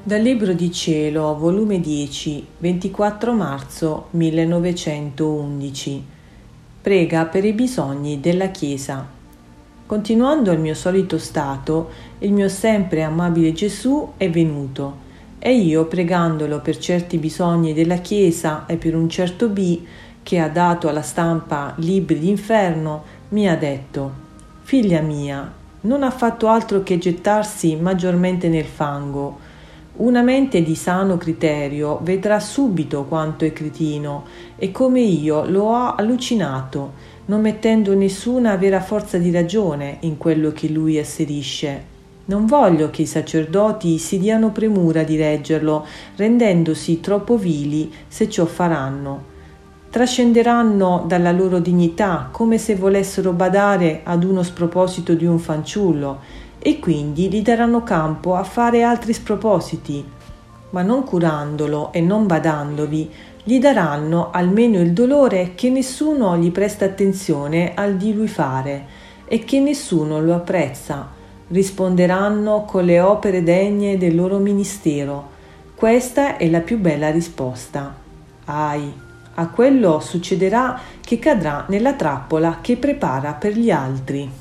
Dal Libro di Cielo, volume 10, 24 marzo 1911. Prega per i bisogni della Chiesa. Continuando il mio solito stato, il mio sempre amabile Gesù è venuto e io, pregandolo per certi bisogni della Chiesa e per un certo che ha dato alla stampa libri d'inferno, mi ha detto: «Figlia mia, non ha fatto altro che gettarsi maggiormente nel fango. Una mente di sano criterio vedrà subito quanto è cretino e come io lo ho allucinato, non mettendo nessuna vera forza di ragione in quello che lui asserisce. Non voglio che i sacerdoti si diano premura di leggerlo, rendendosi troppo vili se ciò faranno. Trascenderanno dalla loro dignità come se volessero badare ad uno sproposito di un fanciullo e quindi gli daranno campo a fare altri spropositi, ma non curandolo e non badandovi, gli daranno almeno il dolore che nessuno gli presta attenzione al di lui fare e che nessuno lo apprezza. Risponderanno con le opere degne del loro ministero. Questa è la più bella risposta. Ahi, a quello succederà che cadrà nella trappola che prepara per gli altri.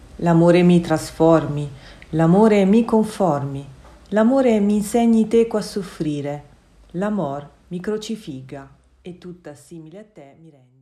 L'amore mi trasformi, l'amore mi conformi, l'amore mi insegni teco a soffrire, l'amor mi crocifigga e tutta simile a te mi rendi.